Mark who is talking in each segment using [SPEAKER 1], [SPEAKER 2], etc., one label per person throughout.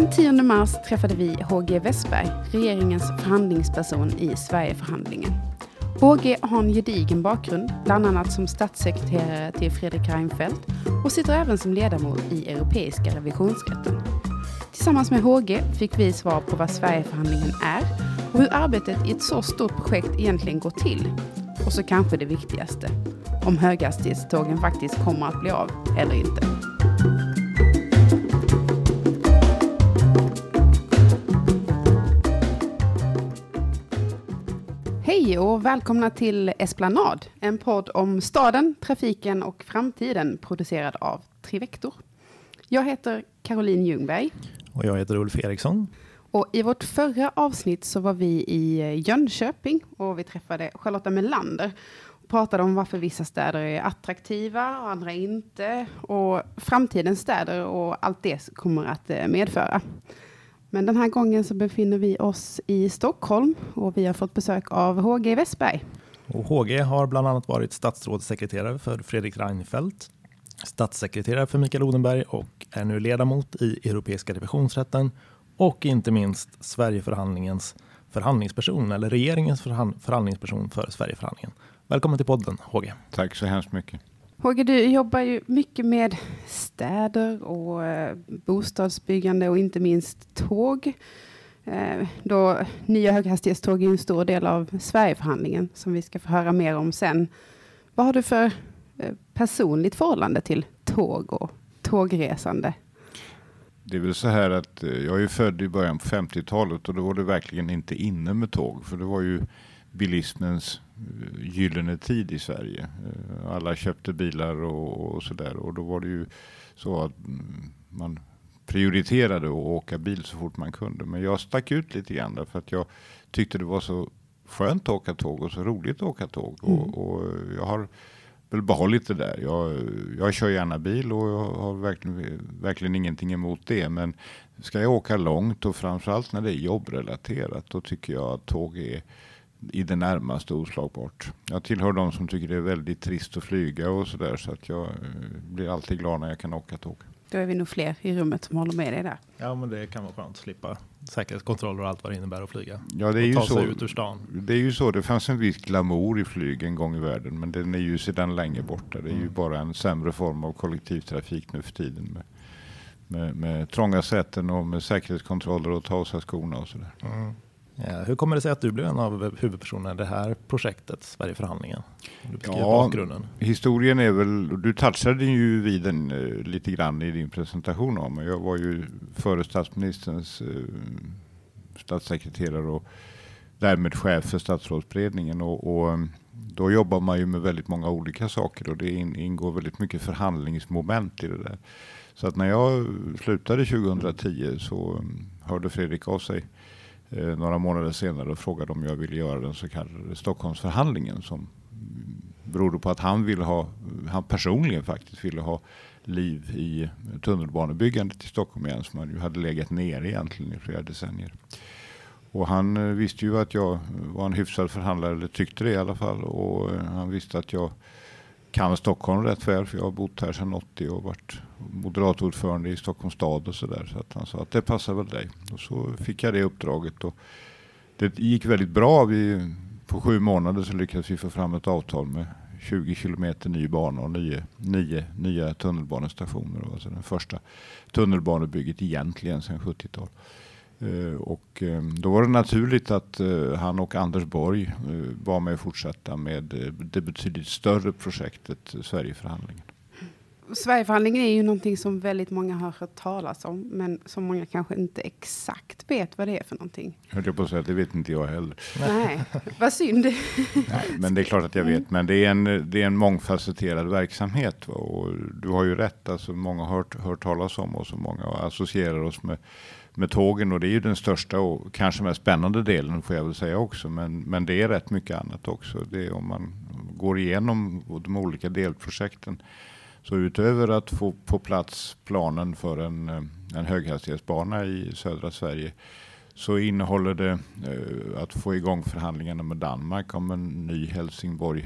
[SPEAKER 1] Den 10 mars träffade vi HG Wessberg, regeringens förhandlingsperson i Sverigeförhandlingen. HG har en gedigen bakgrund, bland annat som statssekreterare till Fredrik Reinfeldt och sitter även som ledamot i Europeiska revisionsrätten. Tillsammans med HG fick vi svar på vad Sverigeförhandlingen är och hur arbetet i ett så stort projekt egentligen går till. Och så kanske det viktigaste, om höghastighetstågen faktiskt kommer att bli av eller inte. Hej och välkomna till Esplanad, en podd om staden, trafiken och framtiden producerad av Trivector. Jag heter Caroline Ljungberg.
[SPEAKER 2] Och jag heter Ulf Eriksson.
[SPEAKER 1] Och i vårt förra avsnitt så var vi i Jönköping och vi träffade Charlotta Melander och pratade om varför vissa städer är attraktiva och andra inte och framtidens städer och allt det kommer att medföra. Men den här gången så befinner vi oss i Stockholm och vi har fått besök av HG Wessberg.
[SPEAKER 2] Och HG har bland annat varit statsrådssekreterare för Fredrik Reinfeldt, statssekreterare för Mikael Odenberg och är nu ledamot i Europeiska revisionsrätten och inte minst Sverigeförhandlingens förhandlingsperson eller regeringens förhandlingsperson för Sverigeförhandlingen. Välkommen till podden, HG.
[SPEAKER 3] Tack så hemskt mycket.
[SPEAKER 1] HG, du jobbar ju mycket med städer och bostadsbyggande och inte minst tåg. Då nya höghastighetståg är en stor del av Sverigeförhandlingen som vi ska få höra mer om sen. Vad har du för personligt förhållande till tåg och tågresande?
[SPEAKER 3] Det är väl så här att jag är född i början på 50-talet och då var det verkligen inte inne med tåg. För det var ju bilismens gyllene tid i Sverige. Alla köpte bilar och sådär. Och då var det ju så att man prioriterade att åka bil så fort man kunde. Men jag stack ut lite grann därför att jag tyckte det var så skönt att åka tåg och så roligt att åka tåg. Och jag har väl behållit det där. Jag kör gärna bil och jag har verkligen ingenting emot det. Men ska jag åka långt och framförallt när det är jobbrelaterat då tycker jag att tåg är i det närmaste oslagbart. Jag tillhör de som tycker det är väldigt trist att flyga och sådär så att jag blir alltid glad när jag kan åka tåg.
[SPEAKER 1] Då är vi nog fler i rummet som håller med dig där.
[SPEAKER 2] Ja, men det kan vara skönt att slippa säkerhetskontroller och allt vad det innebär att flyga.
[SPEAKER 3] Ja, det är ju
[SPEAKER 2] ta
[SPEAKER 3] så,
[SPEAKER 2] sig ut ur stan.
[SPEAKER 3] Det är ju så, det fanns en viss glamour i flyg en gång i världen men den är ju sedan länge borta. Det är ju bara en sämre form av kollektivtrafik nu för tiden med trånga säten och med säkerhetskontroller och ta av sig skorna och sådär.
[SPEAKER 2] Mm. Ja, hur kommer det sig att du blev en av huvudpersonerna i det här projektet, Sverigeförhandlingen? Du beskriver bakgrunden. Historien är väl, du touchade ju vid den lite grann i din presentation om. Jag var ju före statsministerns statssekreterare och därmed chef för statsrådsberedningen. Och då jobbar man ju med väldigt många olika saker och det ingår väldigt mycket förhandlingsmoment i det där. Så att när jag slutade 2010 så hörde Fredrik av sig några månader senare och frågade om jag ville göra den så kallade Stockholmsförhandlingen som berodde på att han personligen faktiskt ville ha liv i tunnelbanebyggandet i Stockholm igen som han ju hade legat ner egentligen i flera decennier. Och han visste ju att jag var en hyfsad förhandlare, eller tyckte det i alla fall, och han visste att jag kan Stockholm rätt väl för jag har bott här sedan 80 och varit moderatordförande i Stockholms stad och sådär. Så att han sa att det passar väl dig. Och så fick jag det uppdraget och det gick väldigt bra. På 7 månader så lyckades vi få fram ett avtal med 20 kilometer ny bana och 9 nya tunnelbanestationer. Det var alltså den första tunnelbanebygget egentligen sedan 70-tal. Och då var det naturligt att han och Anders Borg var med att fortsätta med det betydligt större projektet Sverigeförhandlingen.
[SPEAKER 1] Sverigeförhandlingen är ju någonting som väldigt många har hört talas om men som många kanske inte exakt vet vad det är för någonting.
[SPEAKER 3] Hörde jag på att säga att det vet inte jag heller.
[SPEAKER 1] Nej, vad synd.
[SPEAKER 3] Nej, men det är klart att jag vet. Men det är en mångfacetterad verksamhet. Och du har ju rätt. Alltså, många har hört talas om oss och många associerar oss med tågen. Och det är ju den största och kanske mest spännande delen får jag väl säga också. Men det är rätt mycket annat också. Det är om man går igenom de olika delprojekten. Så utöver att få på plats planen för en höghastighetsbana i södra Sverige så innehåller det att få igång förhandlingarna med Danmark om en ny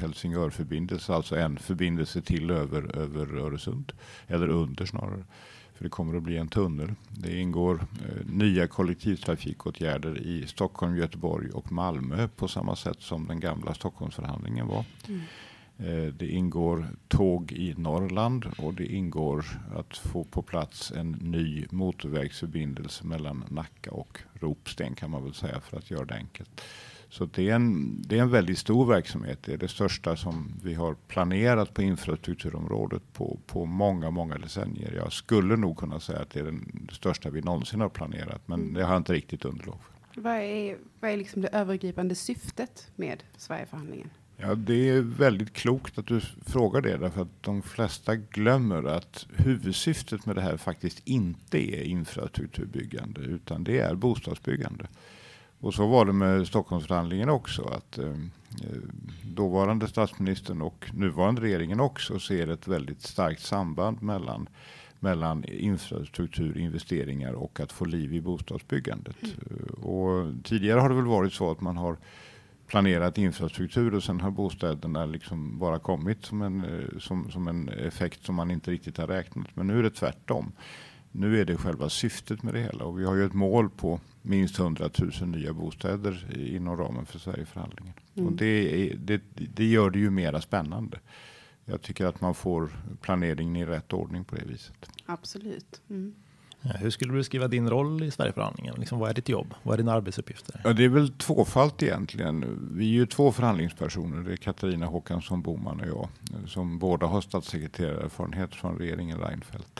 [SPEAKER 3] Helsingborg-Helsingör-förbindelse, alltså en förbindelse till över Öresund, eller under snarare.
[SPEAKER 2] För det kommer att bli en tunnel. Det ingår nya kollektivtrafikåtgärder i Stockholm, Göteborg och Malmö på samma sätt som den gamla Stockholmsförhandlingen var. Det ingår tåg i Norrland och det ingår att få på plats en ny motorvägsförbindelse mellan Nacka och Ropsten kan man väl säga för att göra det enkelt. Så det är en väldigt stor verksamhet. Det är det största som vi har planerat på infrastrukturområdet på många, många decennier. Jag skulle nog kunna säga att det är det största vi någonsin har planerat, men det har jag inte riktigt underlag för.
[SPEAKER 1] Vad är liksom det övergripande syftet med Sverigeförhandlingen?
[SPEAKER 2] Ja, det är väldigt klokt att du frågar det, därför att de flesta glömmer att huvudsyftet med det här faktiskt inte är infrastrukturbyggande, utan det är bostadsbyggande. Och så var det med Stockholmsförhandlingen också, att dåvarande statsministern och nuvarande regeringen också ser ett väldigt starkt samband mellan infrastrukturinvesteringar och att få liv i bostadsbyggandet. Och tidigare har det väl varit så att man har planerat infrastruktur och sen har bostäderna liksom bara kommit som en effekt som man inte riktigt har räknat. Men nu är det tvärtom. Nu är det själva syftet med det hela och vi har ju ett mål på minst 100 000 nya bostäder inom ramen för Sverigeförhandlingen. Och det gör det ju mera spännande. Jag tycker att man får planeringen i rätt ordning på det viset.
[SPEAKER 1] Absolut.
[SPEAKER 4] Hur skulle du beskriva din roll i Sverigeförhandlingen? Liksom, vad är ditt jobb? Vad är dina arbetsuppgifter?
[SPEAKER 2] Ja, det är väl tvåfalt egentligen. Vi är ju 2 förhandlingspersoner. Det är Katarina Håkansson Boman och jag. Som båda har statssekreterarerfarenhet från regeringen Reinfeldt.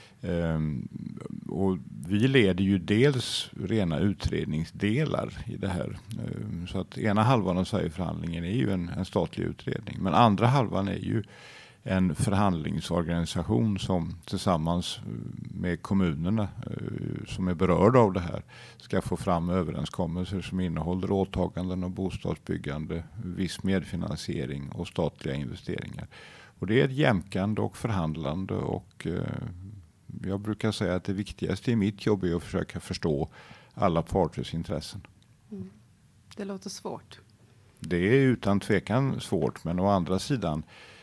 [SPEAKER 2] Och vi leder ju dels rena utredningsdelar i det här. Så att ena halvan av Sverigeförhandlingen är ju en statlig utredning. Men andra halvan är ju en förhandlingsorganisation som tillsammans med kommunerna som är berörda av det här ska få fram överenskommelser som innehåller åtaganden om bostadsbyggande, viss medfinansiering och statliga investeringar. Och det är ett jämkande och förhandlande och jag brukar säga att det viktigaste i mitt jobb är att försöka förstå alla parters intressen.
[SPEAKER 1] Det låter svårt.
[SPEAKER 2] Det är utan tvekan svårt, men å andra sidan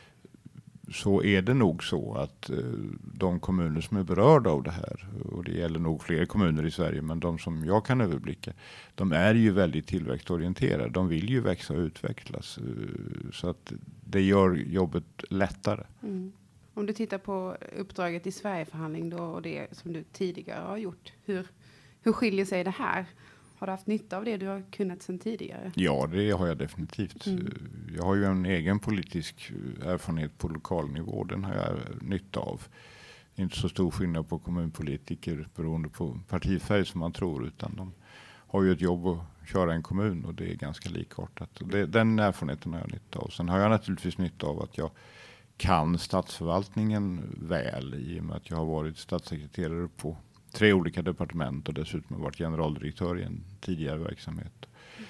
[SPEAKER 2] så är det nog så att de kommuner som är berörda av det här, och det gäller nog fler kommuner i Sverige, men de som jag kan överblicka, de är ju väldigt tillväxtorienterade. De vill ju växa och utvecklas, så att det gör jobbet lättare.
[SPEAKER 1] Om du tittar på uppdraget i Sverigeförhandling då och det som du tidigare har gjort, hur skiljer sig det här? Har du haft nytta av det du har kunnat sedan tidigare?
[SPEAKER 2] Ja, det har jag definitivt. Jag har ju en egen politisk erfarenhet på lokal nivå. Den har jag nytta av. Det är inte så stor skillnad på kommunpolitiker beroende på partifärg som man tror, utan de har ju ett jobb att köra en kommun och det är ganska likartat. Och den erfarenheten har jag nytta av. Sen har jag naturligtvis nytta av att jag kan statsförvaltningen väl i och med att jag har varit statssekreterare på 3 olika departement och dessutom varit generaldirektör i en tidigare verksamhet.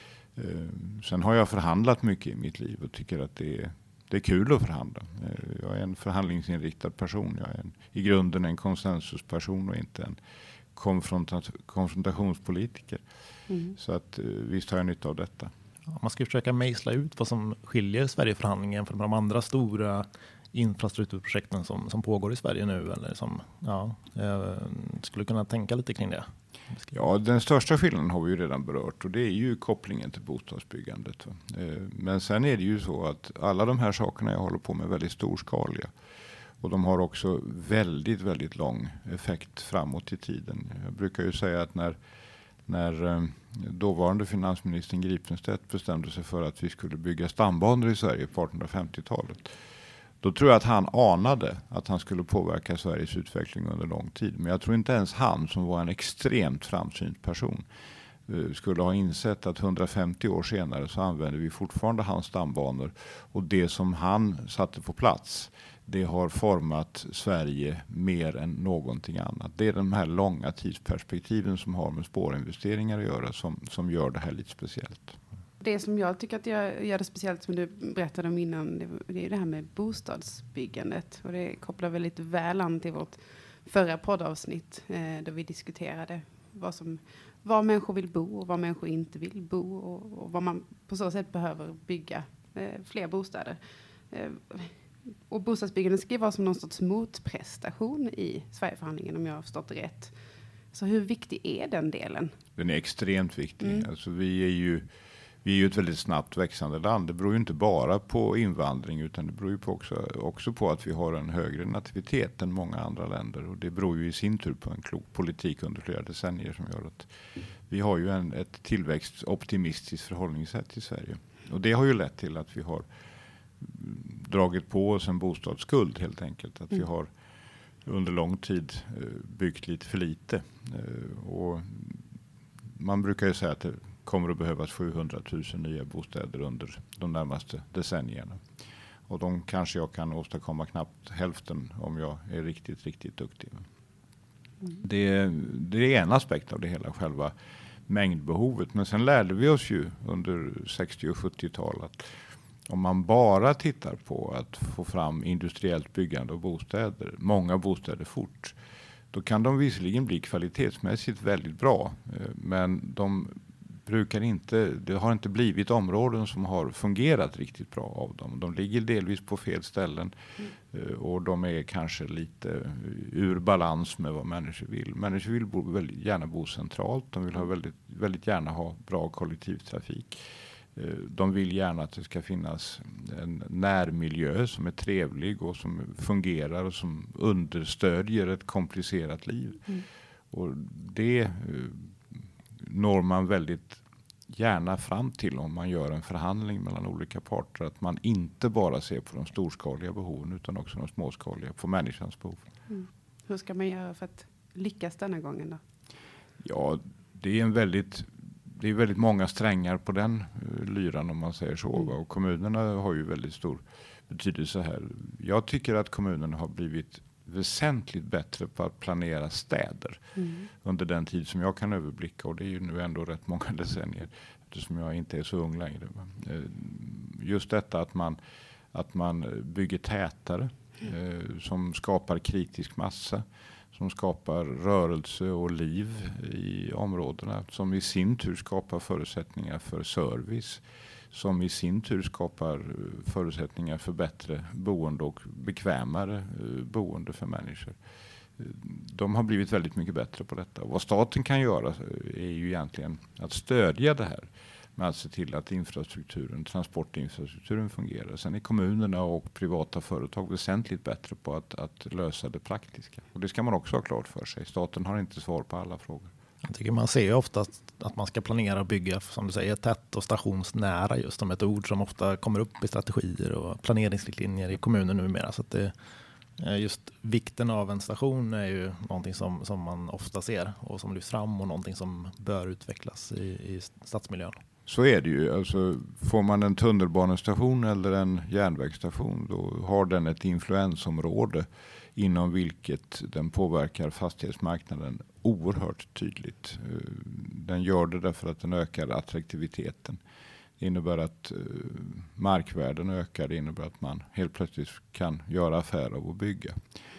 [SPEAKER 2] Sen har jag förhandlat mycket i mitt liv och tycker att det är kul att förhandla. Jag är en förhandlingsinriktad person. Jag är i grunden en konsensusperson och inte en konfrontationspolitiker. Så att visst har jag nytta av detta.
[SPEAKER 4] Man ska försöka mejsla ut vad som skiljer Sverigeförhandlingen från de andra stora infrastrukturprojekten som pågår i Sverige nu, eller som skulle kunna tänka lite kring det.
[SPEAKER 2] Ja, den största skillnaden har vi ju redan berört och det är ju kopplingen till bostadsbyggandet. Men sen är det ju så att alla de här sakerna jag håller på med är väldigt storskaliga och de har också väldigt, väldigt lång effekt framåt i tiden. Jag brukar ju säga att när dåvarande finansministern Gripenstedt bestämde sig för att vi skulle bygga stambanor i Sverige på 1850-talet. Då tror jag att han anade att han skulle påverka Sveriges utveckling under lång tid. Men jag tror inte ens han, som var en extremt framsynt person, skulle ha insett att 150 år senare så använder vi fortfarande hans stambanor. Och det som han satte på plats, det har format Sverige mer än någonting annat. Det är de här långa tidsperspektiven som har med spårinvesteringar att göra som gör det här lite speciellt.
[SPEAKER 1] Det som jag tycker att jag gör det speciellt som du berättade om innan, det är det här med bostadsbyggandet. Och det kopplar väldigt väl an till vårt förra poddavsnitt där vi diskuterade var människor vill bo och var människor inte vill bo och vad man på så sätt behöver bygga fler bostäder. Och bostadsbyggande ska ju vara som någon sorts motprestation i Sverigeförhandlingen, om jag har förstått det rätt. Så hur viktig är den delen?
[SPEAKER 2] Den är extremt viktig. Alltså vi är ju ett väldigt snabbt växande land. Det beror ju inte bara på invandring, utan det beror ju också på att vi har en högre nativitet än många andra länder. Och det beror ju i sin tur på en klok politik under flera decennier som gör att vi har ju ett tillväxtoptimistiskt förhållningssätt i Sverige. Och det har ju lett till att vi har dragit på oss en bostadsskuld helt enkelt. Att vi har under lång tid byggt lite för lite. Och man brukar ju säga att det kommer att behövas 700 000 nya bostäder under de närmaste decennierna. Och de kanske jag kan åstadkomma knappt hälften om jag är riktigt, riktigt duktig. Det är en aspekt av det hela, själva mängdbehovet. Men sen lärde vi oss ju under 60- och 70-talet att om man bara tittar på att få fram industriellt byggande av bostäder, många bostäder fort, då kan de visserligen bli kvalitetsmässigt väldigt bra, men det har inte blivit områden som har fungerat riktigt bra av dem. De ligger delvis på fel ställen och de är kanske lite ur balans med vad människor vill. Människor vill väldigt gärna bo centralt, de vill väldigt, väldigt gärna ha bra kollektivtrafik. De vill gärna att det ska finnas en närmiljö som är trevlig och som fungerar och som understödjer ett komplicerat liv. Och det når man väldigt gärna fram till om man gör en förhandling mellan olika parter. Att man inte bara ser på de storskaliga behoven utan också de småskaliga, på människans behov.
[SPEAKER 1] Hur ska man göra för att lyckas denna gången då?
[SPEAKER 2] Ja, det är väldigt många strängar på den lyran om man säger så. Och kommunerna har ju väldigt stor betydelse här. Jag tycker att kommunerna har blivit väsentligt bättre på att planera städer under den tid som jag kan överblicka, och det är ju nu ändå rätt många decennier eftersom jag inte är så ung längre. Just detta att man bygger tätare som skapar kritisk massa, som skapar rörelse och liv i områdena, som i sin tur skapar förutsättningar för service, som i sin tur skapar förutsättningar för bättre boende och bekvämare boende för människor. De har blivit väldigt mycket bättre på detta. Och vad staten kan göra är ju egentligen att stödja det här med att se till att transportinfrastrukturen fungerar. Sen är kommunerna och privata företag väsentligt bättre på att lösa det praktiska. Och det ska man också ha klart för sig. Staten har inte svar på alla frågor.
[SPEAKER 4] Jag tycker man ser ju ofta att man ska planera och bygga, som du säger, tätt och stationsnära, just som ett ord som ofta kommer upp i strategier och planeringsriktlinjer i kommunen numera. Så att just vikten av en station är ju någonting som man ofta ser och som lyfts fram och någonting som bör utvecklas i stadsmiljön.
[SPEAKER 2] Så är det ju. Alltså, får man en tunnelbanestation eller en järnvägsstation, då har den ett influensområde inom vilket den påverkar fastighetsmarknaden oerhört tydligt. Den gör det därför att den ökar attraktiviteten. Det innebär att markvärden ökar. Det innebär att man helt plötsligt kan göra affärer av att bygga.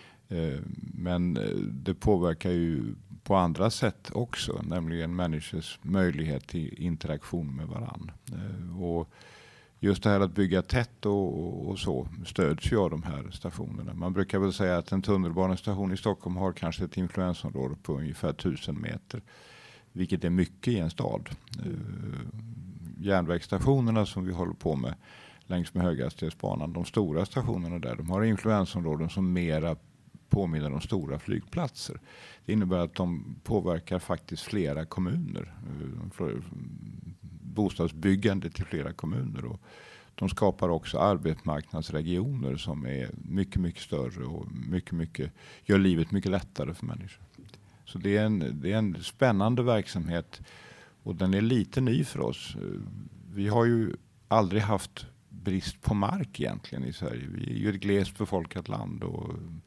[SPEAKER 2] Men det påverkar ju på andra sätt också, nämligen människors möjlighet till interaktion med varann. Och just det här att bygga tätt och så stöds ju av de här stationerna. Man brukar väl säga att en tunnelbanestation i Stockholm har kanske ett influensområde på ungefär 1000 meter, vilket är mycket i en stad. Järnvägsstationerna som vi håller på med längs med höghastighetsbanan, de stora stationerna där, de har influensområden som mera påminner om stora flygplatser. Det innebär att de påverkar faktiskt flera kommuner. Bostadsbyggande till flera kommuner. Och de skapar också arbetsmarknadsregioner som är mycket, mycket större och gör livet mycket lättare för människor. Så det är en spännande verksamhet och den är lite ny för oss. Vi har ju aldrig haft brist på mark egentligen i Sverige. Vi är ju ett glest befolkat land och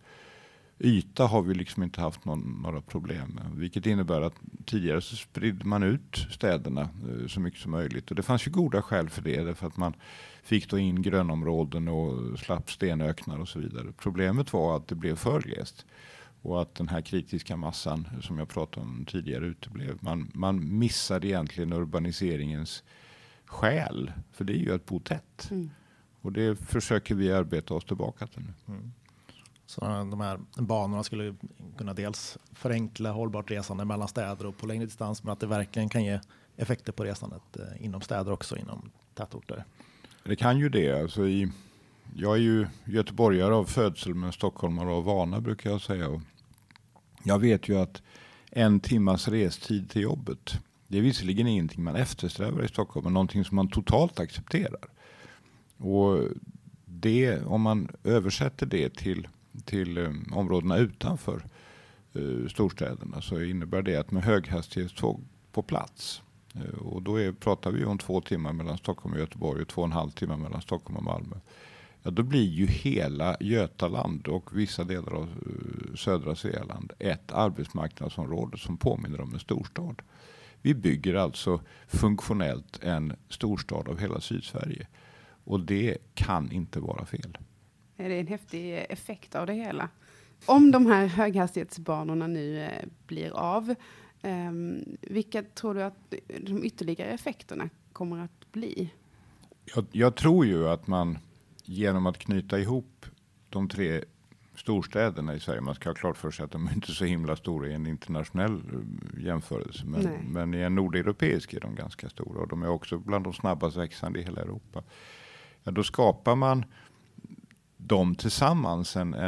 [SPEAKER 2] yta har vi liksom inte haft några problem med. Vilket innebär att tidigare så spridde man ut städerna så mycket som möjligt. Och det fanns ju goda skäl för det. Därför att man fick då in grönområden och slapp stenöknar och så vidare. Problemet var att det blev för glest. Och att den här kritiska massan som jag pratade om tidigare uteblev. Man missade egentligen urbaniseringens skäl. För det är ju att bo tätt. Och det försöker vi arbeta oss tillbaka till nu.
[SPEAKER 4] Mm. Så de här banorna skulle kunna dels förenkla hållbart resande mellan städer och på längre distans, men att det verkligen kan ge effekter på resandet inom städer också, inom tätorter.
[SPEAKER 2] Det kan ju det. Alltså jag är ju göteborgare av födsel, men stockholmare av vana brukar jag säga. Och jag vet ju att 1 timmas restid till jobbet, det är visserligen ingenting man eftersträvar i Stockholm, men någonting som man totalt accepterar. Och det, om man översätter det till områdena utanför storstäderna, så innebär det att med höghastighetståg på plats, och då pratar vi om 2 timmar mellan Stockholm och Göteborg och 2,5 timmar mellan Stockholm och Malmö. Ja, då blir ju hela Götaland och vissa delar av södra Svealand ett arbetsmarknadsområde som påminner om en storstad. Vi bygger alltså funktionellt en storstad av hela Sydsverige. Och det kan inte vara fel.
[SPEAKER 1] Det är en häftig effekt av det hela. Om de här höghastighetsbanorna nu blir av, vilka tror du att de ytterligare effekterna kommer att bli?
[SPEAKER 2] Jag tror ju att man genom att knyta ihop de 3 storstäderna i Sverige, man ska ha klart för sig att de är inte så himla stora i en internationell jämförelse, men i en nordeuropeisk är de ganska stora, och de är också bland de snabbast växande i hela Europa. Ja, då skapar man dem tillsammans en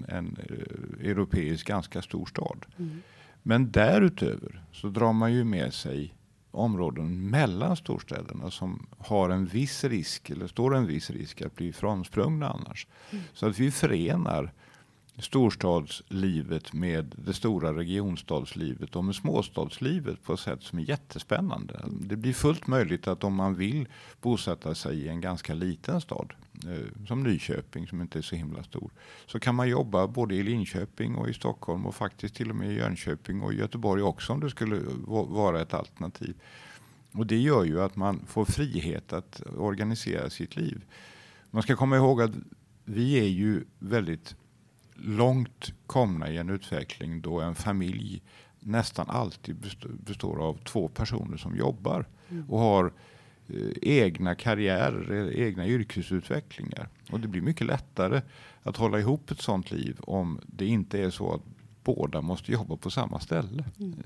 [SPEAKER 2] europeisk ganska stor stad. Mm. Men därutöver så drar man ju med sig områden mellan storstäderna som har en viss risk, eller står en viss risk att bli frånsprungna annars. Mm. Så att vi förenar storstadslivet med det stora regionstadslivet och med småstadslivet på ett sätt som är jättespännande. Det blir fullt möjligt att om man vill bosätta sig i en ganska liten stad, som Nyköping som inte är så himla stor, så kan man jobba både i Linköping och i Stockholm och faktiskt till och med i Jönköping och Göteborg också, om det skulle vara ett alternativ. Och det gör ju att man får frihet att organisera sitt liv. Man ska komma ihåg att vi är ju väldigt långt komna i en utveckling då en familj nästan alltid består av 2 personer som jobbar och har egna karriärer, egna yrkesutvecklingar. Och det blir mycket lättare att hålla ihop ett sånt liv om det inte är så att båda måste jobba på samma ställe.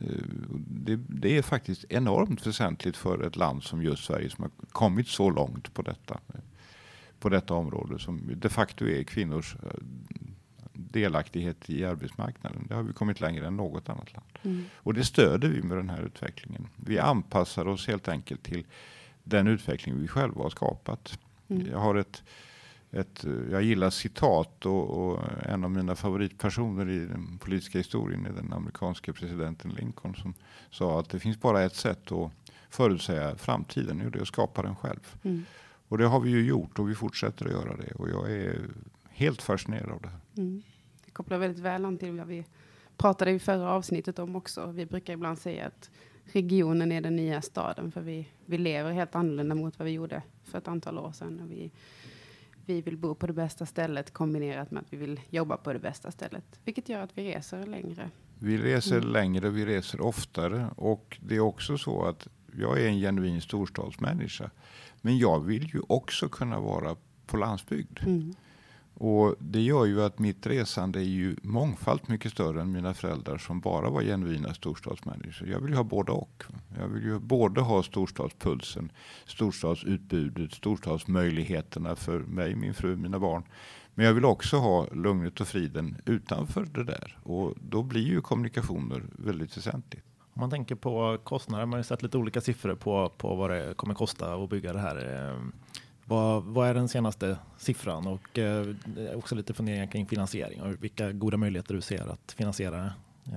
[SPEAKER 2] Det är faktiskt enormt väsentligt för ett land som just Sverige, som har kommit så långt på detta område, som de facto är kvinnors delaktighet i arbetsmarknaden. Det har vi kommit längre än något annat land. Och det stöder vi med den här utvecklingen. Vi anpassar oss helt enkelt till den utveckling vi själva har skapat. Jag har jag gillar citat, och en av mina favoritpersoner i den politiska historien är den amerikanska presidenten Lincoln, som sa att det finns bara ett sätt att förutsäga framtiden, och det är att skapa den själv. Och det har vi ju gjort, och vi fortsätter att göra det, och jag är helt fascinerad av det här.
[SPEAKER 1] Det kopplar väldigt väl an till vad vi pratade i förra avsnittet om också. Vi brukar ibland säga att regionen är den nya staden, för vi lever helt annorlunda mot vad vi gjorde för ett antal år sedan. Och vi vill bo på det bästa stället kombinerat med att vi vill jobba på det bästa stället. Vilket gör att vi reser längre.
[SPEAKER 2] Vi reser längre, vi reser oftare, och det är också så att jag är en genuin storstadsmänniska. Men jag vill ju också kunna vara på landsbygd. Och det gör ju att mitt resande är ju mångfalt mycket större än mina föräldrar som bara var genuina storstadsmänniskor. Jag vill ju ha både och. Jag vill ju både ha storstadspulsen, storstadsutbudet, storstadsmöjligheterna för mig, min fru, mina barn. Men jag vill också ha lugnet och friden utanför det där. Och då blir ju kommunikationer väldigt väsentligt.
[SPEAKER 4] Om man tänker på kostnader, man har ju sett lite olika siffror på vad det kommer kosta att bygga det här. Vad är den senaste siffran, och också lite funderingar kring finansiering och vilka goda möjligheter du ser att finansiera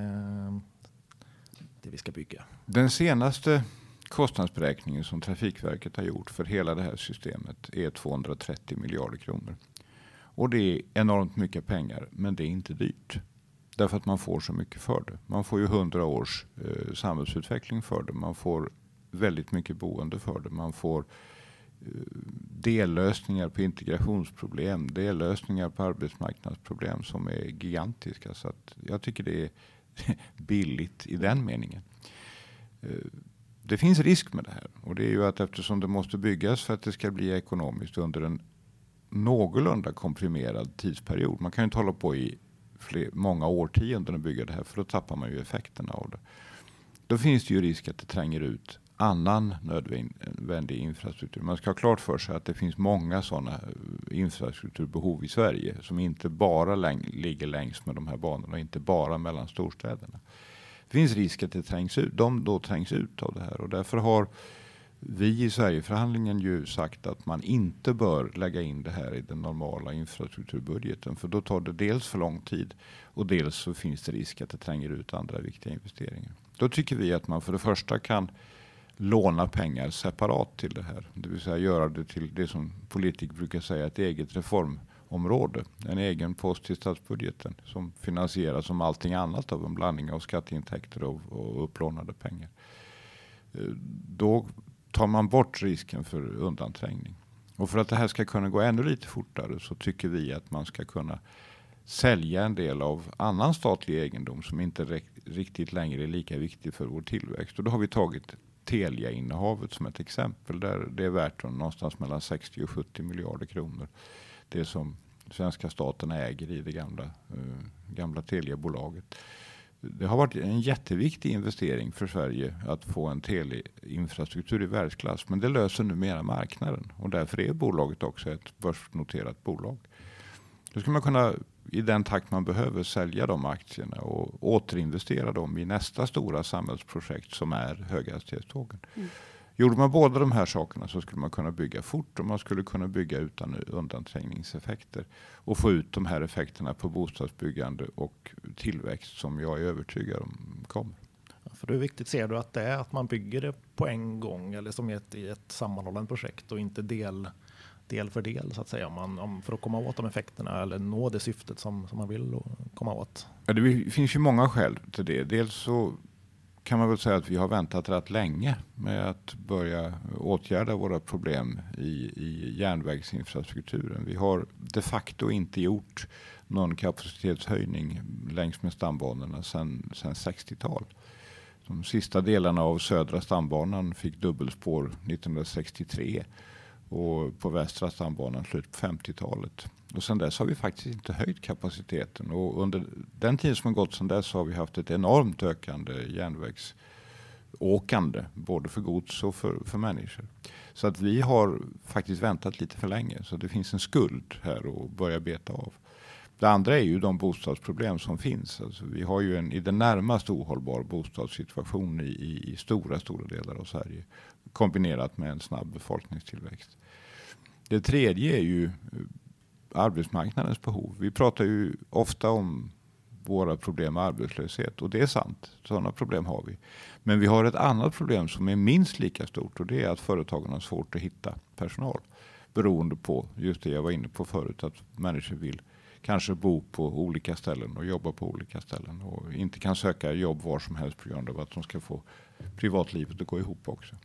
[SPEAKER 4] det vi ska bygga?
[SPEAKER 2] Den senaste kostnadsberäkningen som Trafikverket har gjort för hela det här systemet är 230 miljarder kronor. Och det är enormt mycket pengar, men det är inte dyrt. Därför att man får så mycket för det. Man får ju 100 års samhällsutveckling för det. Man får väldigt mycket boende för det. Man får dellösningar på integrationsproblem, dellösningar på arbetsmarknadsproblem som är gigantiska. Så att jag tycker det är billigt i den meningen. Det finns risk med det här, och det är ju att eftersom det måste byggas för att det ska bli ekonomiskt under en någorlunda komprimerad tidsperiod. Man kan ju inte hålla på i många årtionden att bygga det här, för då tappar man ju effekterna av det. Då finns det ju risk att det tränger ut annan nödvändig infrastruktur. Man ska ha klart för sig att det finns många sådana infrastrukturbehov i Sverige som inte bara ligger längs med de här banorna, inte bara mellan storstäderna. Det finns risk att det trängs ut. De då trängs ut av det här, och därför har vi i Sverigeförhandlingen ju sagt att man inte bör lägga in det här i den normala infrastrukturbudgeten, för då tar det dels för lång tid och dels så finns det risk att det tränger ut andra viktiga investeringar. Då tycker vi att man för det första kan låna pengar separat till det här. Det vill säga göra det till det som politiker brukar säga ett eget reformområde. En egen post i statsbudgeten som finansieras som allting annat av en blandning av skatteintäkter och upplånade pengar. Då tar man bort risken för undanträngning. Och för att det här ska kunna gå ännu lite fortare så tycker vi att man ska kunna sälja en del av annan statlig egendom som inte riktigt längre är lika viktig för vår tillväxt. Och då har vi tagit Telia-innehavet som ett exempel, där det är värt någonstans mellan 60 och 70 miljarder kronor. Det som svenska staten äger i det gamla Telia-bolaget. Det har varit en jätteviktig investering för Sverige att få en teleinfrastruktur i världsklass, men det löser numera marknaden och därför är bolaget också ett börsnoterat bolag. Då ska man kunna i den takt man behöver sälja de aktierna och återinvestera dem i nästa stora samhällsprojekt som är höghastighetstågen. Gjorde man båda de här sakerna så skulle man kunna bygga fort och man skulle kunna bygga utan undanträngningseffekter och få ut de här effekterna på bostadsbyggande och tillväxt som jag är övertygad om kommer.
[SPEAKER 4] För det är viktigt, ser du att det är att man bygger det på en gång eller som i ett sammanhållande projekt och inte del för del så att säga, för att komma åt de effekterna eller nå det syftet som man vill komma åt?
[SPEAKER 2] Ja, det finns ju många skäl till det. Dels så kan man väl säga att vi har väntat rätt länge med att börja åtgärda våra problem i järnvägsinfrastrukturen. Vi har de facto inte gjort någon kapacitetshöjning längs med stambanorna sedan 60-tal. De sista delarna av södra stambanan fick dubbelspår 1963 och på västra stambanan slut på 50-talet. Och sedan dess har vi faktiskt inte höjt kapaciteten. Och under den tid som har gått sedan dess har vi haft ett enormt ökande järnvägsåkande, både för gods och för människor. Så att vi har faktiskt väntat lite för länge. Så det finns en skuld här att börja beta av. Det andra är ju de bostadsproblem som finns. Alltså vi har ju en i det närmaste ohållbar bostadssituation i stora delar av Sverige. Kombinerat med en snabb befolkningstillväxt. Det tredje är ju arbetsmarknadens behov. Vi pratar ju ofta om våra problem med arbetslöshet och det är sant. Sådana problem har vi. Men vi har ett annat problem som är minst lika stort och det är att företagen har svårt att hitta personal. Beroende på just det jag var inne på förut, att människor vill kanske bo på olika ställen och jobba på olika ställen och inte kan söka jobb var som helst på grund av att de ska få privatlivet att gå ihop också.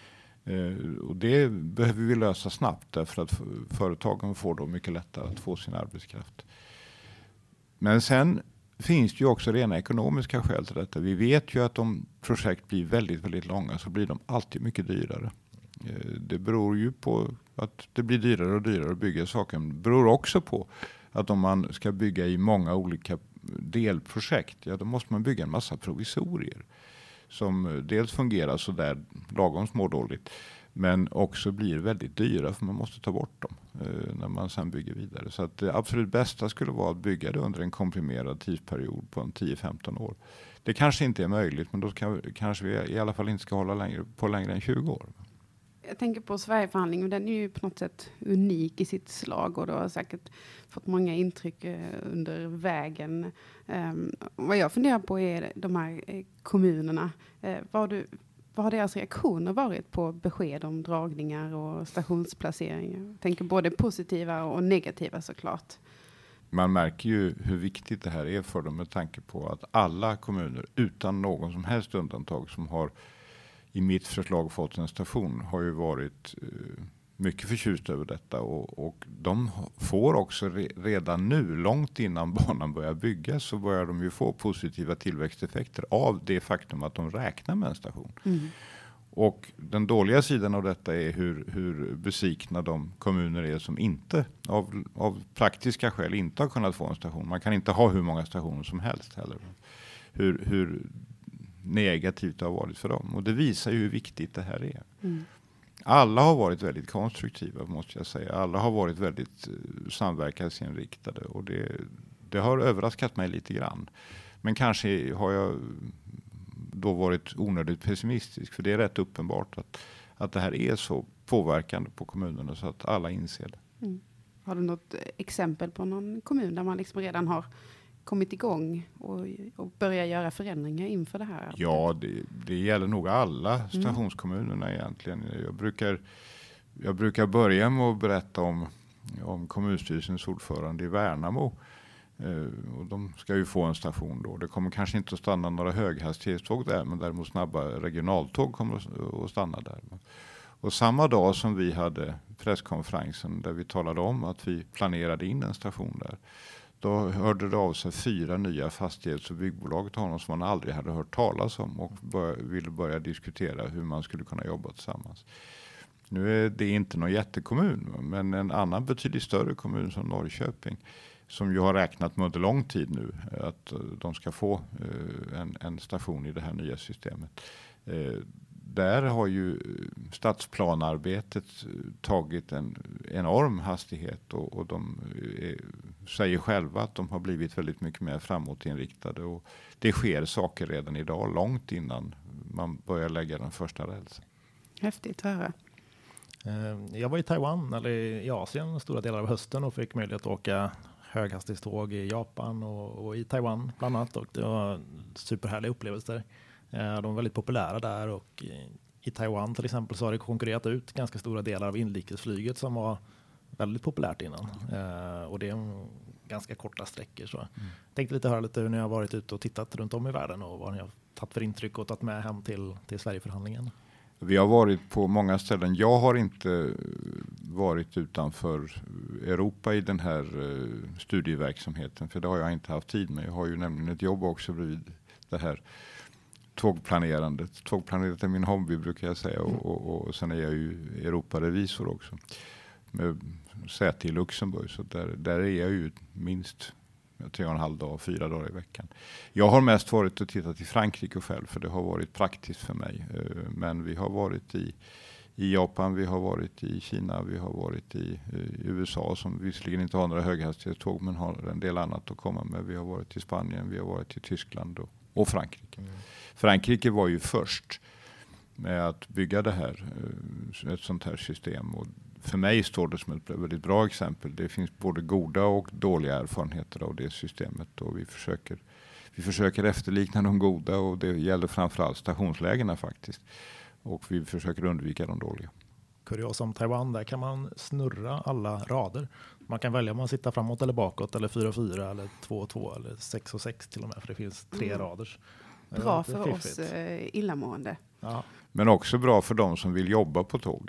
[SPEAKER 2] Och det behöver vi lösa snabbt därför att företagen får då mycket lättare att få sin arbetskraft. Men sen finns det ju också rena ekonomiska skäl till detta. Vi vet ju att om projekt blir väldigt långa så blir de alltid mycket dyrare. Det beror ju på att det blir dyrare och dyrare att bygga saker. Det beror också på att om man ska bygga i många olika delprojekt, ja då måste man bygga en massa provisorier som dels fungerar så där lagom smådåligt men också blir väldigt dyra för man måste ta bort dem när man sen bygger vidare. Så att det absolut bästa skulle vara att bygga det under en komprimerad tidsperiod på en 10-15 år. Det kanske inte är möjligt, men då kanske vi i alla fall inte ska hålla längre än 20 år.
[SPEAKER 1] Jag tänker på Sverigeförhandlingen, den är ju på något sätt unik i sitt slag och du har säkert fått många intryck under vägen. Vad jag funderar på är de här kommunerna. Vad har deras reaktioner varit på besked om dragningar och stationsplaceringar? Jag tänker både positiva och negativa såklart.
[SPEAKER 2] Man märker ju hur viktigt det här är för dem med tanke på att alla kommuner utan någon som helst undantag som har i mitt förslag fått en station har ju varit mycket förtjust över detta och de får också redan nu, långt innan banan börjar byggas, så börjar de ju få positiva tillväxteffekter av det faktum att de räknar med en station. Och den dåliga sidan av detta är hur besvikna de kommuner är som inte av praktiska skäl inte har kunnat få en station. Man kan inte ha hur många stationer som helst heller. Hur negativt det har varit för dem. Och det visar ju hur viktigt det här är. Mm. Alla har varit väldigt konstruktiva, måste jag säga. Alla har varit väldigt samverkansinriktade. Och det har överraskat mig lite grann. Men kanske har jag då varit onödigt pessimistisk. För det är rätt uppenbart att det här är så påverkande på kommunerna så att alla inser det.
[SPEAKER 1] Mm. Har du något exempel på någon kommun där man liksom redan har kommit igång och börjar göra förändringar inför det här?
[SPEAKER 2] Ja, det gäller nog alla stationskommunerna egentligen. Jag brukar börja med att berätta om kommunstyrelsens ordförande i Värnamo. Och de ska ju få en station då. Det kommer kanske inte att stanna några höghastighetståg där, men däremot snabba regionaltåg kommer att stanna där. Och samma dag som vi hade presskonferensen där vi talade om att vi planerade in en station där, då hörde det av sig 4 nya fastighets- och byggbolag till honom som man aldrig hade hört talas om och ville börja diskutera hur man skulle kunna jobba tillsammans. Nu är det inte någon jättekommun, men en annan betydligt större kommun som Norrköping, som ju har räknat med under lång tid nu att de ska få en station i det här nya systemet. Där har ju stadsplanarbetet tagit en enorm hastighet och de säger själva att de har blivit väldigt mycket mer framåtinriktade. Och det sker saker redan idag, långt innan man börjar lägga den första rälsen.
[SPEAKER 1] Häftigt att höra.
[SPEAKER 4] Jag var i Taiwan, eller i Asien, stora delar av hösten och fick möjlighet att åka höghastighetståg i Japan och i Taiwan bland annat. Och det var superhärliga upplevelser. De är väldigt populära där och i Taiwan till exempel så har det konkurrerat ut ganska stora delar av inrikesflyget som var väldigt populärt innan. Och det är ganska korta sträckor. Så. Tänkte lite höra lite hur ni har varit ute och tittat runt om i världen och vad ni har tagit för intryck och tagit med hem till Sverigeförhandlingen.
[SPEAKER 2] Vi har varit på många ställen. Jag har inte varit utanför Europa i den här studieverksamheten, för det har jag inte haft tid med. Jag har ju nämligen ett jobb också bredvid det här tågplanerandet. Tågplanerandet är min hobby, brukar jag säga, och sen är jag ju Europarevisor också med säte i Luxemburg, så där är jag ju minst 3,5 dag, 4 dagar i veckan. Jag har mest varit och tittat i Frankrike själv, för det har varit praktiskt för mig. Men vi har varit i Japan, vi har varit i Kina, vi har varit i USA som visserligen inte har några höghastighetståg men har en del annat att komma med. Vi har varit i Spanien, vi har varit i Tyskland och Frankrike. Frankrike var ju först med att bygga det här, ett sånt här system, och för mig står det som ett väldigt bra exempel. Det finns både goda och dåliga erfarenheter av det systemet och vi försöker efterlikna de goda, och det gäller framförallt stationslägena faktiskt. Och vi försöker undvika de dåliga.
[SPEAKER 4] Kuriosa om Taiwan, där kan man snurra alla rader. Man kan välja om man sitter framåt eller bakåt, eller 4-4 eller 2-2 eller 6-6 till och med, för det finns 3 rader.
[SPEAKER 1] Bra för oss illamående.
[SPEAKER 4] Ja.
[SPEAKER 2] Men också bra för de som vill jobba på tåg.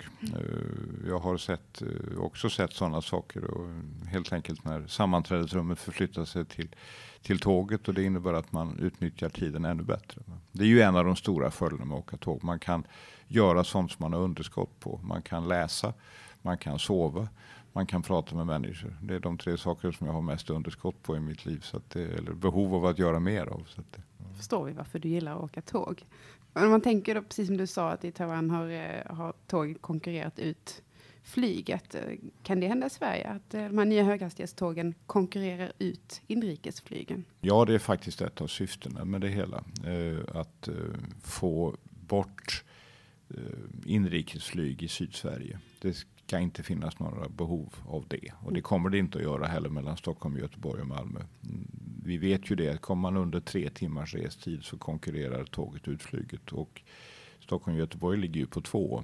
[SPEAKER 2] Jag har också sett sådana saker, och helt enkelt när sammanträdesrummet förflyttar sig till tåget, och det innebär att man utnyttjar tiden ännu bättre. Det är ju en av de stora fördelarna med att åka tåg. Man kan göra sånt som man har underskott på. Man kan läsa, man kan sova, man kan prata med människor. Det är de 3 saker som jag har mest underskott på i mitt liv, eller behov av att göra mer av.
[SPEAKER 1] Förstår vi varför du gillar att åka tåg. Om man tänker då, precis som du sa, att i Taiwan har tåg konkurrerat ut flyget. Kan det hända i Sverige att de här nya höghastighetstågen konkurrerar ut inrikesflygen?
[SPEAKER 2] Ja, det är faktiskt ett av syftena med det hela. Att få bort inrikesflyg i Sydsverige. Det ska inte finnas några behov av det. Och det kommer det inte att göra heller mellan Stockholm, Göteborg och Malmö. Vi vet ju det. Kommer man under 3 timmars restid så konkurrerar tåget ut flyget. Och Stockholm och Göteborg ligger ju på 2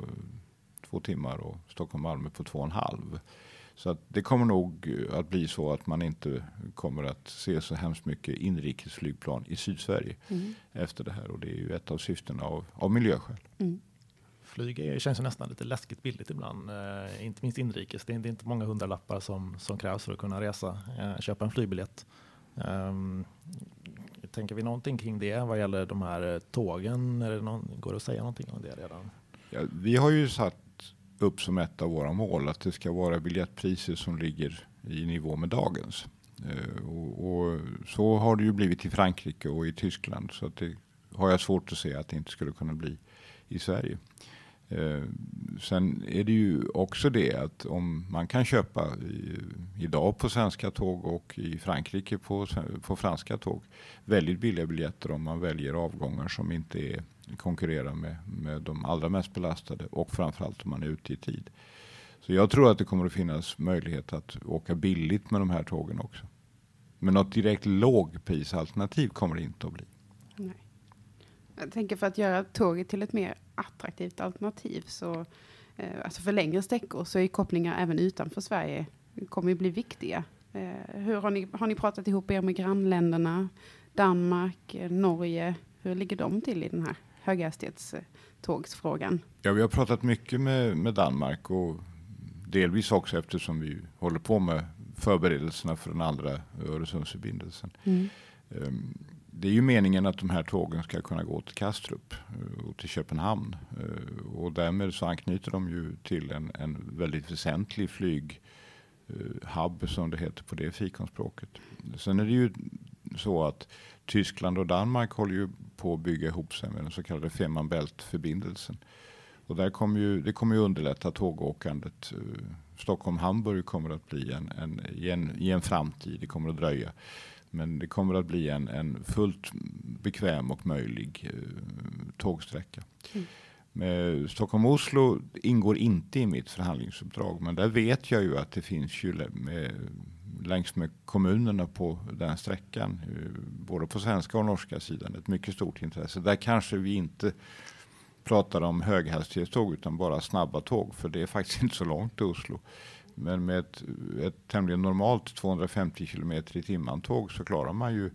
[SPEAKER 2] timmar och Stockholm och Malmö på 2,5. Så att det kommer nog att bli så att man inte kommer att se så hemskt mycket inrikesflygplan i Sydsverige efter det här. Och det är ju ett av syftena av miljöskäl.
[SPEAKER 4] Flyg känns ju nästan lite läskigt billigt ibland, inte minst inrikes. Det är inte många hundralappar som krävs för att kunna resa, köpa en flygbiljett. Tänker vi någonting kring det vad gäller de här tågen? Går det att säga någonting om det redan?
[SPEAKER 2] Ja, vi har ju satt upp som ett av våra mål att det ska vara biljettpriser som ligger i nivå med dagens. Och så har det ju blivit i Frankrike och i Tyskland, så att det har jag svårt att se att det inte skulle kunna bli i Sverige. Sen är det ju också det att om man kan köpa idag på svenska tåg och i Frankrike på franska tåg väldigt billiga biljetter om man väljer avgångar som inte konkurrerar med de allra mest belastade och framförallt om man är ute i tid. Så jag tror att det kommer att finnas möjlighet att åka billigt med de här tågen också. Men något direkt lågprisalternativ kommer det inte att bli.
[SPEAKER 1] Nej. Jag tänker för att göra tåget till ett mer attraktivt alternativ så alltså för längre sträckor så är kopplingar även utanför Sverige kommer ju bli viktiga. Hur har ni pratat ihop er med grannländerna, Danmark, Norge? Hur ligger de till i den här höghastighetstågsfrågan?
[SPEAKER 2] Ja, vi har pratat mycket med Danmark och delvis också eftersom vi håller på med förberedelserna för den andra Öresundsförbindelsen. Det är ju meningen att de här tågen ska kunna gå till Kastrup och till Köpenhamn. Och därmed så anknyter de ju till en väldigt väsentlig flyghub som det heter på det fikonspråket. Sen är det ju så att Tyskland och Danmark håller ju på att bygga ihop sig med den så kallade Fehmarn Bält-förbindelsen. Och det kommer ju underlätta tågåkandet. Stockholm-Hamburg kommer att bli i en framtid, det kommer att dröja. Men det kommer att bli en fullt bekväm och möjlig tågsträcka. Med Stockholm-Oslo ingår inte i mitt förhandlingsuppdrag. Men där vet jag ju att det finns ju längs med kommunerna på den sträckan. Både på svenska och norska sidan. Ett mycket stort intresse. Där kanske vi inte pratar om höghastighetståg utan bara snabba tåg. För det är faktiskt inte så långt till Oslo. Men med ett tämligen normalt 250 km i timmen tåg så klarar man ju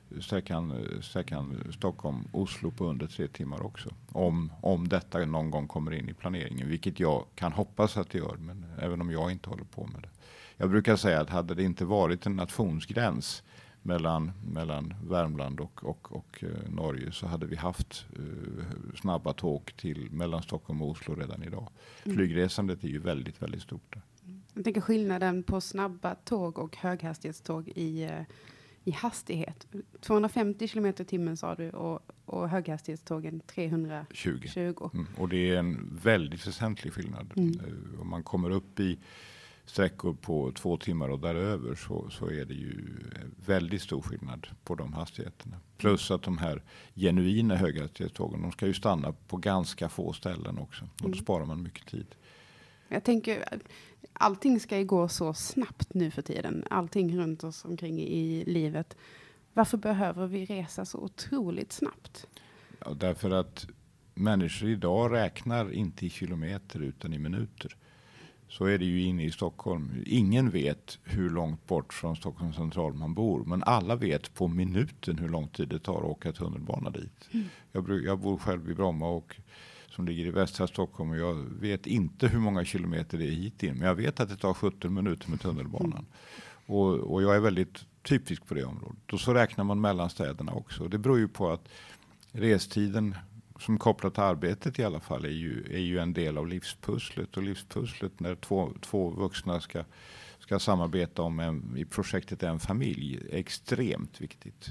[SPEAKER 2] sträckan Stockholm-Oslo på under 3 timmar också. Om detta någon gång kommer in i planeringen, vilket jag kan hoppas att det gör, men även om jag inte håller på med det. Jag brukar säga att hade det inte varit en nationsgräns mellan Värmland och Norge så hade vi haft snabba tåg mellan Stockholm och Oslo redan idag. Flygresandet är ju väldigt, väldigt stort där.
[SPEAKER 1] Jag tänker skillnaden på snabba tåg och höghastighetståg i hastighet. 250 km i timmen sa du och höghastighetstågen 320.
[SPEAKER 2] Och det är en väldigt väsentlig skillnad. Om man kommer upp i sträckor på 2 timmar och däröver så är det ju väldigt stor skillnad på de hastigheterna. Plus att de här genuina höghastighetstågen, de ska ju stanna på ganska få ställen också. Och då sparar man mycket tid.
[SPEAKER 1] Jag tänker, allting ska ju gå så snabbt nu för tiden. Allting runt oss omkring i livet. Varför behöver vi resa så otroligt snabbt?
[SPEAKER 2] Ja, därför att människor idag räknar inte i kilometer utan i minuter. Så är det ju inne i Stockholm. Ingen vet hur långt bort från Stockholms central man bor. Men alla vet på minuten hur lång tid det tar att åka tunnelbana dit. Jag bor själv i Bromma som ligger i västra Stockholm. Och jag vet inte hur många kilometer det är hit in. Men jag vet att det tar 17 minuter med tunnelbanan. Och jag är väldigt typisk på det området. Och så räknar man mellan städerna också. Det beror ju på att restiden som kopplat till arbetet i alla fall är ju en del av livspusslet. Och livspusslet när två vuxna ska samarbeta i projektet En familj är extremt viktigt.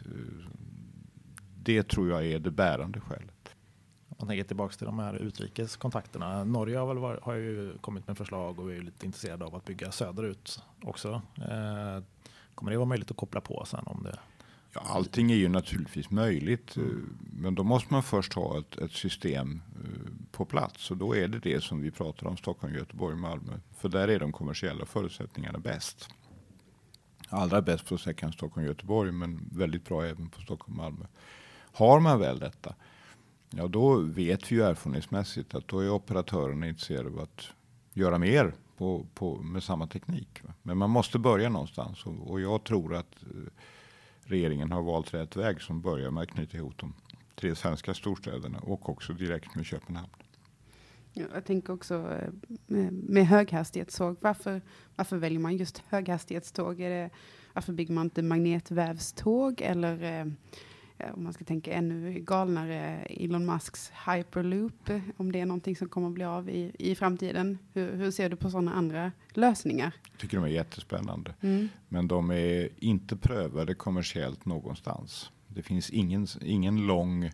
[SPEAKER 2] Det tror jag är det bärande skälet.
[SPEAKER 4] Om man tänker tillbaka till de här utrikeskontakterna. Norge har ju kommit med förslag och är lite intresserade av att bygga söderut också. Kommer det vara möjligt att koppla på sen om det?
[SPEAKER 2] Ja, allting är ju naturligtvis möjligt, men då måste man först ha ett system på plats. Och då är det som vi pratar om, Stockholm, Göteborg, Malmö. För där är de kommersiella förutsättningarna bäst. Allra bäst på sträckan Stockholm-Göteborg, men väldigt bra även på Stockholm-Malmö. Har man väl detta, ja då vet vi ju erfarenhetsmässigt att då är operatörerna intresserade av att göra mer med samma teknik. Men man måste börja någonstans och jag tror att regeringen har valt rätt väg som börjar med att knyta ihop de 3 svenska storstäderna och också direkt med Köpenhamn.
[SPEAKER 1] Ja, jag tänker också med höghastighetståg. Varför väljer man just höghastighetståg? Varför bygger man inte magnetvävståg? Eller om man ska tänka ännu galnare, Elon Musks Hyperloop, om det är någonting som kommer att bli av i framtiden. Hur ser du på sådana andra lösningar?
[SPEAKER 2] Jag tycker de är jättespännande. Men de är inte prövade kommersiellt någonstans. Det finns ingen lång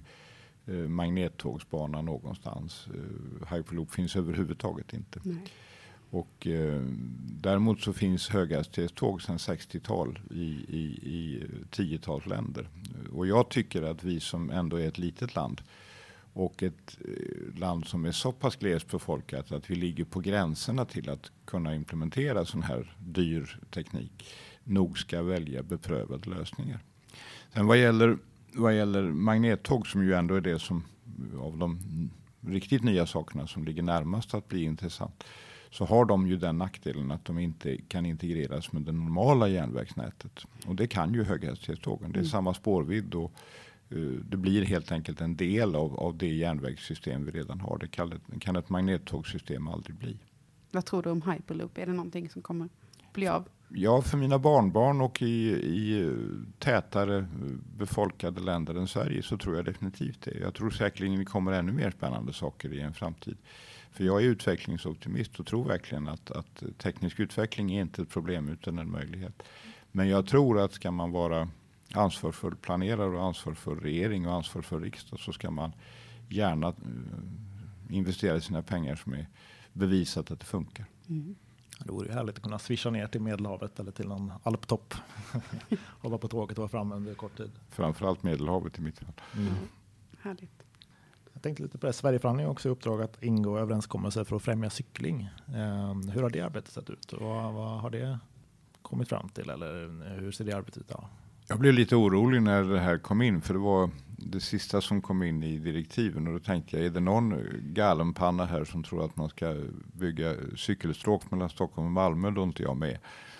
[SPEAKER 2] magnettågsbana någonstans. Hyperloop finns överhuvudtaget inte.
[SPEAKER 1] Nej.
[SPEAKER 2] Och däremot så finns höghastighetståg sedan 60-tal i 10-tals länder. Och jag tycker att vi som ändå är ett litet land och ett land som är så pass glest befolkat att vi ligger på gränserna till att kunna implementera sån här dyr teknik, nog ska välja beprövade lösningar. Sen vad gäller magnettåg, som ju ändå är det som av de riktigt nya sakerna som ligger närmast att bli intressant, så har de ju den nackdelen att de inte kan integreras med det normala järnvägsnätet. Och det kan ju höghastighetstågen. Det är samma spårvidd och det blir helt enkelt en del av det järnvägssystem vi redan har. Det kan ett magnettågsystem aldrig bli.
[SPEAKER 1] Vad tror du om Hyperloop? Är det någonting som kommer bli av?
[SPEAKER 2] Ja, för mina barnbarn och i tätare befolkade länder än Sverige så tror jag definitivt det. Jag tror säkerligen det kommer ännu mer spännande saker i en framtid. För jag är utvecklingsoptimist och tror verkligen att teknisk utveckling är inte ett problem utan en möjlighet. Men jag tror att ska man vara ansvarsfull planerare och ansvarsfull regering och ansvarsfull riksdag, så ska man gärna investera sina pengar som är bevisat att det funkar.
[SPEAKER 1] Mm.
[SPEAKER 4] Det vore ju härligt att kunna swisha ner till Medelhavet eller till någon alptopp. Hålla på tåget och vara framme under kort tid.
[SPEAKER 2] Framförallt Medelhavet i mitt fall.
[SPEAKER 1] Härligt.
[SPEAKER 4] Jag tänkte lite på det. Sverigeförhandlingen har också i uppdrag att ingå överenskommelser för att främja cykling. Hur har det arbetet sett ut? Och vad har det kommit fram till? Eller hur ser det arbetet ut? Ja.
[SPEAKER 2] Jag blev lite orolig när det här kom in, för det var det sista som kom in i direktiven. Och då tänkte jag, är det någon galenpanna här som tror att man ska bygga cykelstråk mellan Stockholm och Malmö, då är inte jag med.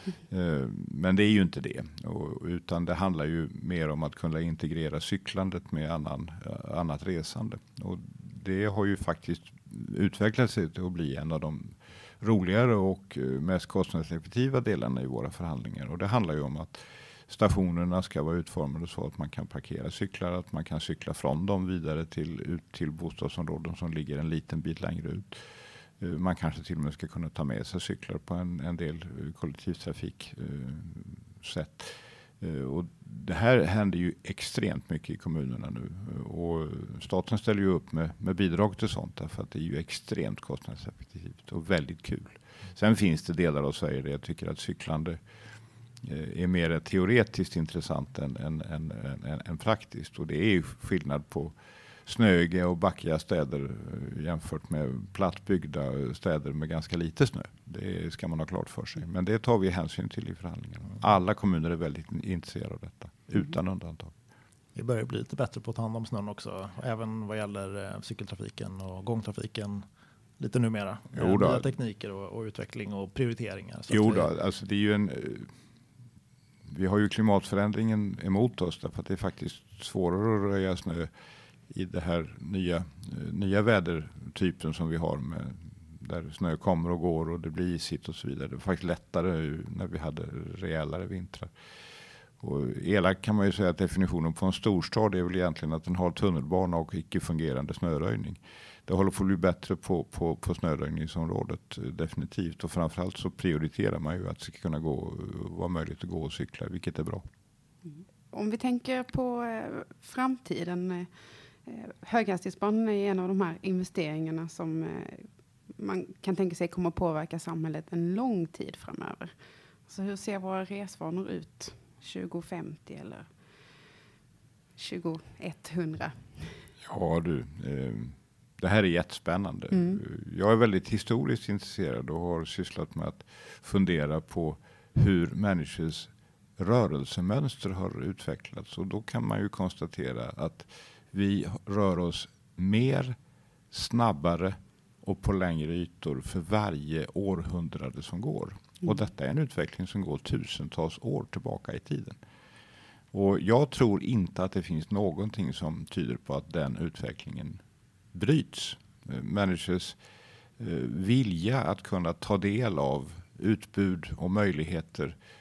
[SPEAKER 2] Men det är ju inte det. Utan det handlar ju mer om att kunna integrera cyklandet med annat resande. Och det har ju faktiskt utvecklat sig till att bli en av de roligare och mest kostnadseffektiva delarna i våra förhandlingar. Och det handlar ju om att stationerna ska vara utformade så att man kan parkera cyklar, att man kan cykla från dem vidare ut till bostadsområden som ligger en liten bit längre ut. Man kanske till och med ska kunna ta med sig cyklar på en del kollektivtrafik sätt. Och det här händer ju extremt mycket i kommunerna nu. Och staten ställer ju upp med bidrag till sånt, därför att det är ju extremt kostnadseffektivt och väldigt kul. Sen finns det delar av Sverige där jag tycker att cyklande är mer teoretiskt intressant än praktiskt. Och det är ju skillnad på snöiga och backiga städer jämfört med plattbyggda städer med ganska lite snö. Det ska man ha klart för sig. Men det tar vi hänsyn till i förhandlingarna. Alla kommuner är väldigt intresserade av detta, utan undantag.
[SPEAKER 4] Vi börjar bli lite bättre på att ta hand om snön också, även vad gäller cykeltrafiken och gångtrafiken. Lite numera. Nya tekniker och utveckling och prioriteringar.
[SPEAKER 2] Alltså det är ju vi har ju klimatförändringen emot oss, därför att det är faktiskt svårare att röja snö i det här nya vädertypen som vi har, där snö kommer och går och det blir isigt och så vidare. Det var faktiskt lättare när vi hade rejälare vintrar. Och elakt kan man ju säga att definitionen på en storstad är väl egentligen att den har tunnelbana och icke-fungerande snöröjning. Det håller på att bli bättre på snöröjningsområdet definitivt, och framförallt så prioriterar man ju att det ska kunna vara möjligt att gå och cykla, vilket är bra.
[SPEAKER 1] Om vi tänker på framtiden, höghastighetsbanan är en av de här investeringarna som man kan tänka sig kommer påverka samhället en lång tid framöver. Så hur ser våra resvanor ut 2050 eller 2100?
[SPEAKER 2] Ja du, det här är jättespännande. Jag är väldigt historiskt intresserad och har sysslat med att fundera på hur människors rörelsemönster har utvecklats. Och då kan man ju konstatera att vi rör oss mer, snabbare och på längre ytor för varje århundrade som går. Och detta är en utveckling som går tusentals år tillbaka i tiden. Och jag tror inte att det finns någonting som tyder på att den utvecklingen bryts. Människors vilja att kunna ta del av utbud och möjligheter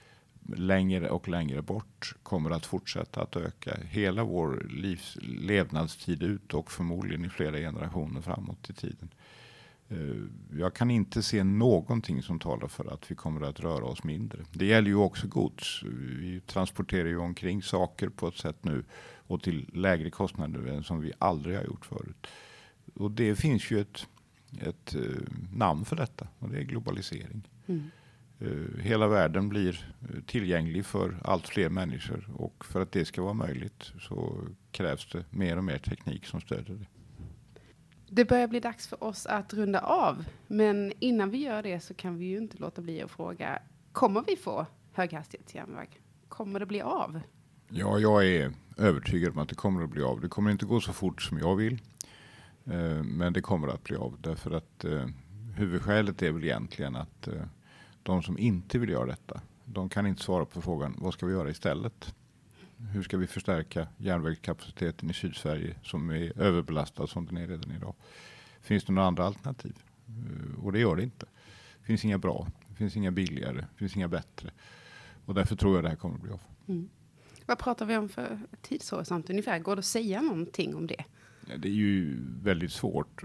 [SPEAKER 2] längre och längre bort kommer att fortsätta att öka hela vår levnadstid ut och förmodligen i flera generationer framåt i tiden. Jag kan inte se någonting som talar för att vi kommer att röra oss mindre. Det gäller ju också gods. Vi transporterar ju omkring saker på ett sätt nu och till lägre kostnader än som vi aldrig har gjort förut. Och det finns ju ett namn för detta och det är globalisering. Hela världen blir tillgänglig för allt fler människor och för att det ska vara möjligt så krävs det mer och mer teknik som stöder det.
[SPEAKER 1] Det börjar bli dags för oss att runda av, men innan vi gör det så kan vi ju inte låta bli att fråga, kommer vi få höghastighetsjärnväg? Kommer det bli av?
[SPEAKER 2] Ja, jag är övertygad om att det kommer att bli av. Det kommer inte gå så fort som jag vill, men det kommer att bli av därför att huvudskälet är väl egentligen att de som inte vill göra detta, de kan inte svara på frågan, vad ska vi göra istället? Hur ska vi förstärka järnvägskapaciteten i Sydsverige som är överbelastad som den är redan idag? Finns det några andra alternativ? Och det gör det inte. Det finns inga bra, det finns inga billigare, det finns inga bättre. Och därför tror jag det här kommer att bli av.
[SPEAKER 1] Vad pratar vi om för tidshorisont ungefär? Går det att säga någonting om det?
[SPEAKER 2] Ja, det är ju väldigt svårt.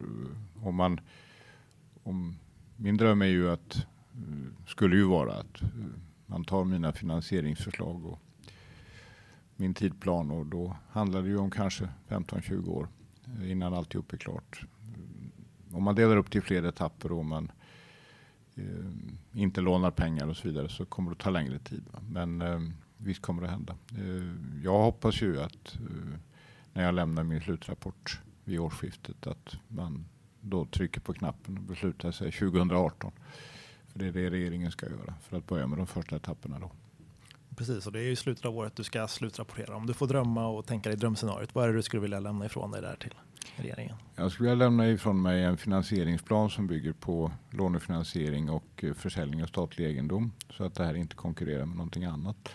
[SPEAKER 2] Min dröm är ju att skulle ju vara att man tar mina finansieringsförslag och min tidplan och då handlar det ju om kanske 15-20 år innan alltihop är klart. Om man delar upp till fler etapper och man inte lånar pengar och så vidare så kommer det ta längre tid. Men visst kommer det hända. Jag hoppas ju att när jag lämnar min slutrapport vid årsskiftet att man då trycker på knappen och beslutar sig 2018. För det är det regeringen ska göra för att börja med de första etapperna då.
[SPEAKER 4] Precis, och det är ju slutet av året du ska slutrapportera. Om du får drömma och tänka dig drömscenariot, vad är det du skulle vilja lämna ifrån dig där till regeringen?
[SPEAKER 2] Jag skulle vilja lämna ifrån mig en finansieringsplan som bygger på lånefinansiering och försäljning av statlig egendom så att det här inte konkurrerar med någonting annat.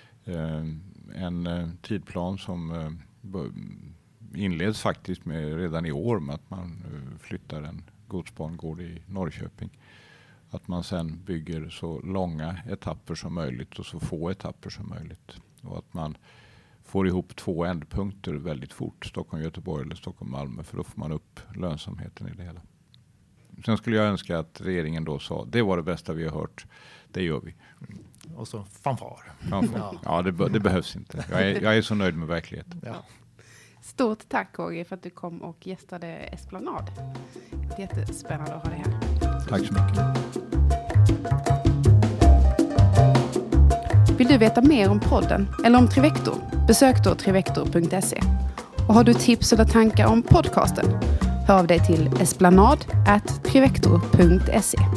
[SPEAKER 2] En tidplan som inleds faktiskt med redan i år med att man flyttar en godsbangård i Norrköping. Att man sen bygger så långa etapper som möjligt och så få etapper som möjligt. Och att man får ihop 2 ändpunkter väldigt fort. Stockholm-Göteborg eller Stockholm-Malmö. För då får man upp lönsamheten i det hela. Sen skulle jag önska att regeringen då sa det var det bästa vi har hört. Det gör vi.
[SPEAKER 4] Och så fanfar.
[SPEAKER 2] Ja, det behövs inte. Jag är så nöjd med verkligheten.
[SPEAKER 4] Ja.
[SPEAKER 1] Stort tack Åge för att du kom och gästade Esplanad. Det är jättespännande att ha dig här.
[SPEAKER 2] Tack så mycket.
[SPEAKER 1] Vill du veta mer om podden eller om Trivector? Besök då trivector.se. Och har du tips eller tankar om podcasten? Hör av dig till esplanad@trivector.se.